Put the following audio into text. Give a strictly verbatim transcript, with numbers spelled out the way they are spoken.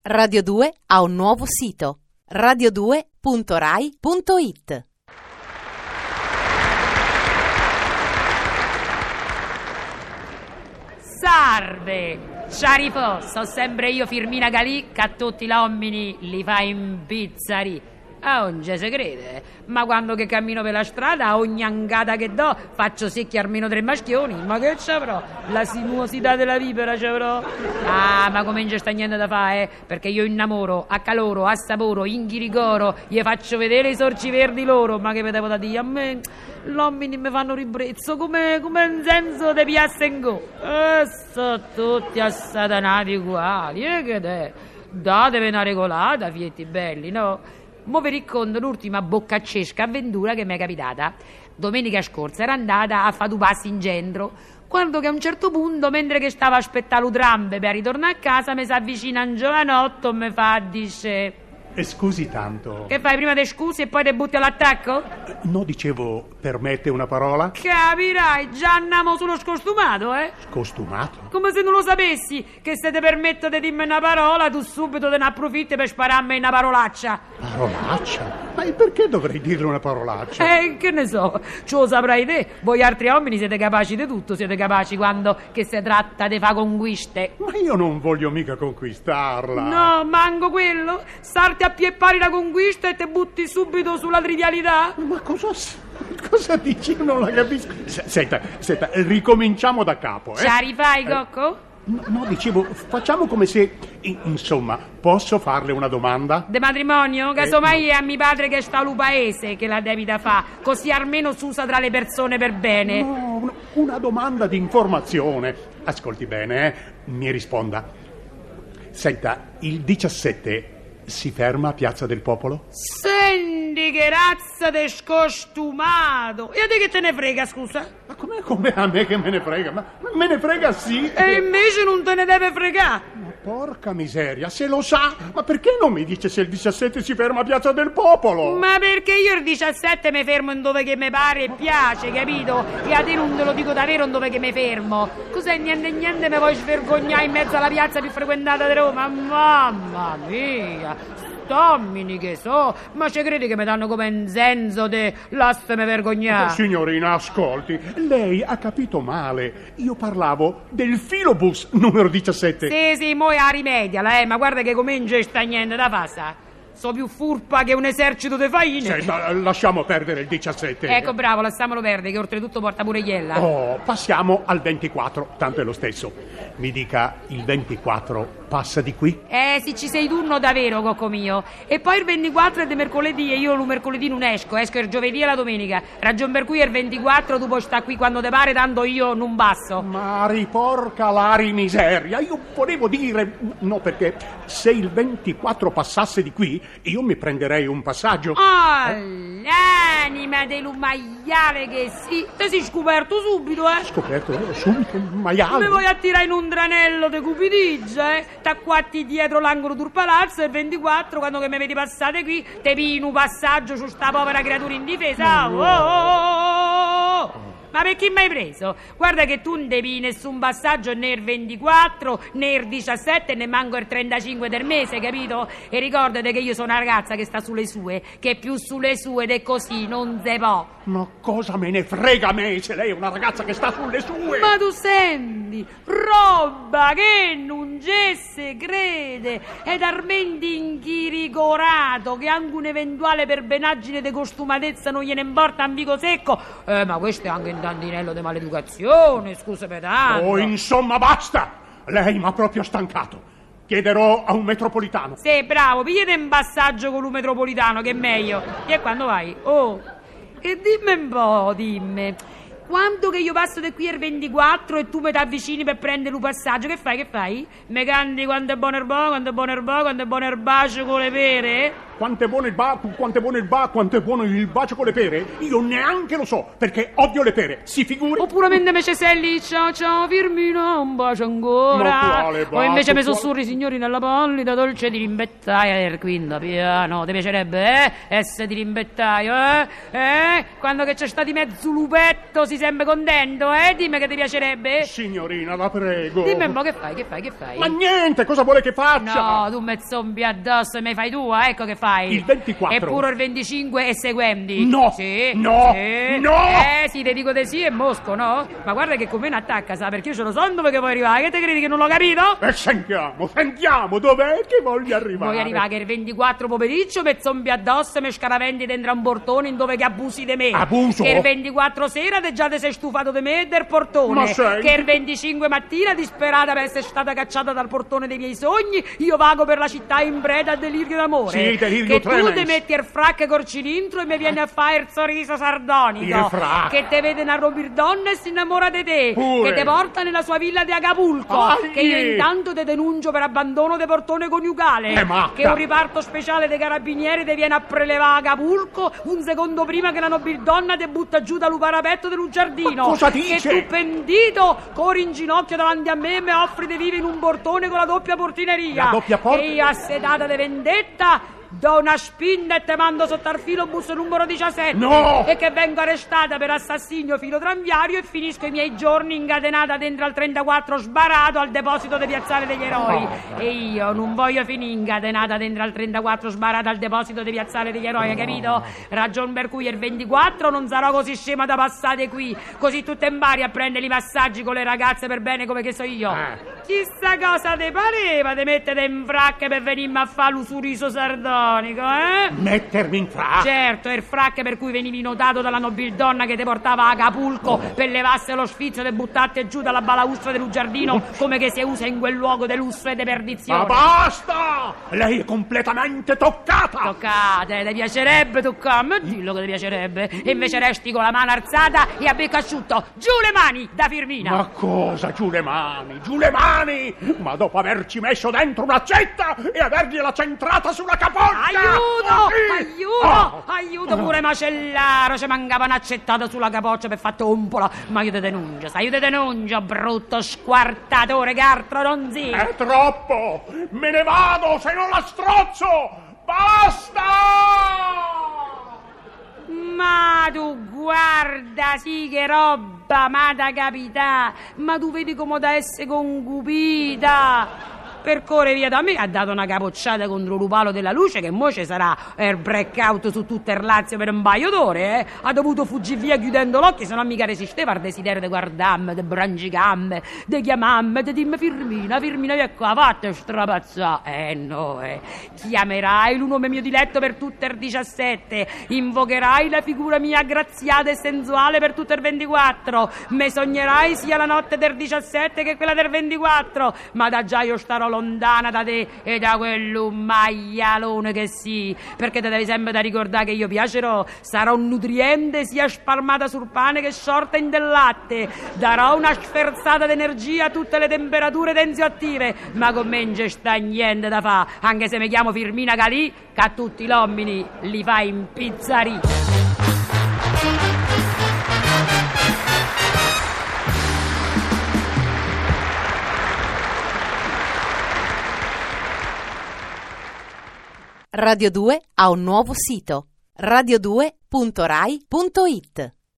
Radio due ha un nuovo sito, radio due punto rai punto it. Salve! Sciarifò, so sempre io Firmina Galì, che a tutti gli uomini li fa impizzari. Ah, non ci si crede, ma quando che cammino per la strada, a ogni angata che do, faccio secchi almeno tre maschioni. Ma che ci avrò? La sinuosità della vipera ci avrò? Ah, ma come non c'è sta niente da fare, eh? Perché io innamoro, accaloro, assaporo, inghirigoro, gli faccio vedere i sorci verdi loro. Ma che vedevo da dire a me? Gli uomini mi fanno ribrezzo come, come un senso di piazza in go. E sono tutti assatanati uguali, e che è? Datevi una regolata, fietti belli, no? Mo vi racconto l'ultima boccaccesca avventura che mi è capitata. Domenica scorsa era andata a fare due passi in centro, quando che a un certo punto, mentre che stavo aspettando il tram per ritornare a casa, mi si avvicina un giovanotto e mi fa, dice: E scusi tanto. Che fai, prima te scusi e poi te butti all'attacco? No, dicevo, permette una parola? Capirai, già andiamo sullo scostumato, eh? Scostumato? Come se non lo sapessi, che se ti permetto di dirmi una parola, tu subito te ne approfitti per spararmi una parolaccia. Parolaccia? Ma perché dovrei dirle una parolaccia? Eh, che ne so, ce lo saprai te. Voi altri uomini siete capaci di tutto, siete capaci quando che si tratta di fa conquiste. Ma io non voglio mica conquistarla. No, manco quello. Starti a pie pari la conquista e te butti subito sulla trivialità. Ma cosa, cosa dici? Io non la capisco. S- Senta, senta, ricominciamo da capo, eh? Ce la rifai, Cocco? No, no, dicevo, facciamo come se... in- Insomma, posso farle una domanda? De matrimonio? Casomai è a mio padre che sta lu paese che la devi da fa, così almeno s'usa tra le persone per bene. No, un- una domanda di informazione. Ascolti bene, eh? Mi risponda. Senta, il diciassette si ferma a Piazza del Popolo? Senti che razza de scostumato. E a te che te ne frega, scusa? Ma com'è, come a me che me ne frega? Ma ma me ne frega sì. E invece non te ne deve fregare. Ma porca miseria, se lo sa, ma perché non mi dice se il diciassette si ferma a Piazza del Popolo? Ma perché io il diciassette mi fermo in dove che mi pare e piace, capito? E a te non te lo dico davvero in dove che mi fermo. Cos'è, niente niente mi vuoi svergognare in mezzo alla piazza più frequentata di Roma? Mamma mia, stomini che so, ma ci credi che mi danno come un senso de lasciami vergognare? Signorina, ascolti, lei ha capito male. Io parlavo del filobus numero diciassette. Sì, sì, mo' a rimediala, eh, ma guarda che comincia sta niente da passa. So più furpa che un esercito di faine. Senta, lasciamo perdere il diciassette. Ecco, bravo, lasciamolo perdere, che oltretutto porta pure iella. Oh, passiamo al ventiquattro, tanto è lo stesso. Mi dica, il ventiquattro passa di qui? Eh, sì, ci sei tu, no, davvero, cocco mio. E poi il ventiquattro è di mercoledì e io il mercoledì non esco, esco il giovedì e la domenica. Ragion per cui il ventiquattro tu puoi stare qui quando te pare, tanto io non basso. Ma riporca l'ari miseria, io volevo dire, no, perché se il ventiquattro passasse di qui, io mi prenderei un passaggio. Oh, l'anima dello maiale che sì. Te sei scoperto subito, eh? Scoperto io subito un maiale. Mi vuoi attirare in un tranello de cupidigia, eh? T'acquatti dietro l'angolo del palazzo e il ventiquattro, quando che mi vedi passate qui, te pini un passaggio su sta povera creatura indifesa. Oh, oh, oh, oh. Ma per chi mi hai preso? Guarda che tu non devi nessun passaggio né il ventiquattro, né il diciassette, né manco il trentacinque del mese, capito? E ricordate che io sono una ragazza che sta sulle sue, che più sulle sue ed è così, non se può. Ma cosa me ne frega a me se lei è una ragazza che sta sulle sue? Ma tu senti, roba che non ci si crede, ed armenti inchiricorato, che anche un'eventuale perbenaggine di costumatezza non gliene importa un fico secco. Eh, ma questo è anche un dandinello di maleducazione, scusa per tanto. Oh, insomma, basta! Lei mi ha proprio stancato. Chiederò a un metropolitano. Sì, bravo, pigliate un passaggio con un metropolitano, che è meglio. E quando vai? Oh, e dimmi un po', dimmi. Quando che io passo da qui al ventiquattro e tu mi t'avvicini per prendere un passaggio, che fai, che fai? Me canti quando è buono il bo, quando è buono il bo, quando è buono il bacio con le pere? quanto è buono il ba, quanto è buono il ba, quanto è buono il bacio con le pere? Io neanche lo so, perché odio le pere. Si figuri. Oppure mentre me sei lì, ciao ciao Firmina, un bacio ancora. Ma quale bacio? O invece mi Quale- sussurri signori nella pallida dolce di rimbettaia del quinto piano. Ti piacerebbe, eh? Essere di rimbettaio, eh? Eh? Quando che c'è sta di mezzo lupetto si sembra contento, eh? Dimmi che ti piacerebbe. Signorina, la prego. Dimmi un po' che fai, che fai, che fai? Ma niente, cosa vuole che faccia? No, tu me zombi addosso e me fai tua, ecco che fai. Il ventiquattro. Eppure il venticinque e seguenti. No, Sì. no, sì. no. Eh, sì, te dico di sì e mosco, no? Ma guarda che come ne attacca, sa, perché io ce lo so dove che vuoi arrivare. Che te credi che non l'ho capito? E sentiamo, sentiamo, dov'è che voglio arrivare? Vuoi arrivare che il ventiquattro pomeriggio me zombi addosso e me scaraventi dentro un portone in dove che abusi di me. Abuso? Che il ventiquattro sera te già te sei stufato di me e del portone. Ma sei- Che il venticinque mattina, disperata per essere stata cacciata dal portone dei miei sogni, io vago per la città in preda al delirio d'amore. Sì, delirio Che tu tremens. ti metti il frac col cilindro e mi vieni a fare il sorriso sardonico. Il frac. Che te vede una robirdonna e si innamora di te. Pure. Che te porta nella sua villa di Acapulco. Ai. Che io intanto te denuncio per abbandono di portone coniugale. Eh, ma- Che un riparto speciale dei carabinieri ti viene a prelevare a Acapulco un secondo prima che la nobildonna ti butta giù dal parapetto del giardino. Ma cosa dice? Che tu pentito corri in ginocchio davanti a me e mi offri di vivere in un portone con la doppia portineria. La doppia porta- E io assedata di vendetta do una spinta e te mando sotto al filo bus numero diciassette. No! E che vengo arrestata per assassinio filo tranviario e finisco i miei giorni incatenata dentro al trentaquattro sbarato al deposito di Piazzale degli Eroi. E io non voglio finire incatenata dentro al trentaquattro sbarato al deposito di Piazzale degli Eroi, hai capito? Ragion per cui il ventiquattro non sarò così scema da passare qui, così tu te impari a prendere i massaggi con le ragazze per bene come che so io. Eh. Chissà cosa te pareva di mettere in fracche per venirmi a fare l'usuriso sardonico, eh? Mettermi in fra. Certo, è il frac per cui venivi notato dalla nobildonna che ti portava a Acapulco per levasse lo sfizio e buttarti giù dalla balaustra del giardino come che si usa in quel luogo di lusso e di perdizione. Ma basta! Lei è completamente toccata! Toccate, ti piacerebbe toccarmi? Dillo che ti piacerebbe. E invece resti con la mano alzata e a becco asciutto. Giù le mani da Firmina. Ma cosa? Giù le mani, giù le mani! Ma dopo averci messo dentro un'accetta e avergliela centrata sulla capoccia! Aiuto! Sì! Aiuto! Oh! Aiuto pure macellaro! Ci mancava un'accettata sulla capoccia per far tompola. Ma io te denuncio, sai, io te denuncio, brutto squartatore che altro non si. È troppo! Me ne vado se non la strozzo! Basta! Ma tu guarda, sì che roba, ma da capità. Ma tu vedi come da essere concupita. Per correre via da me ha dato una capocciata contro l'upalo della luce che mo ci sarà il breakout su tutto il Lazio per un paio d'ore, eh? Ha dovuto fuggire via chiudendo l'occhio, se no mica resisteva al desiderio di guardarmi, di brancicarmi, di chiamarmi, di dirmi Firmina, Firmina, che qua fate strapazzà. Eh no, eh. Chiamerai il nome mio diletto per tutto il diciassette, invocherai la figura mia aggraziata e sensuale per tutto il ventiquattro, me sognerai sia la notte del diciassette che quella del ventiquattro, ma da già io starò lontana da te e da quell'ummaialone che sì, perché te devi sempre da ricordare che io piacerò, sarò un nutriente sia spalmata sul pane che sciolta in del latte, darò una sferzata d'energia a tutte le temperature tensioattive, ma con me non c'è sta niente da fa, anche se mi chiamo Firmina Galì, che a tutti gli uomini li fa in pizzeria. Radio due ha un nuovo sito radio due punto rai punto it.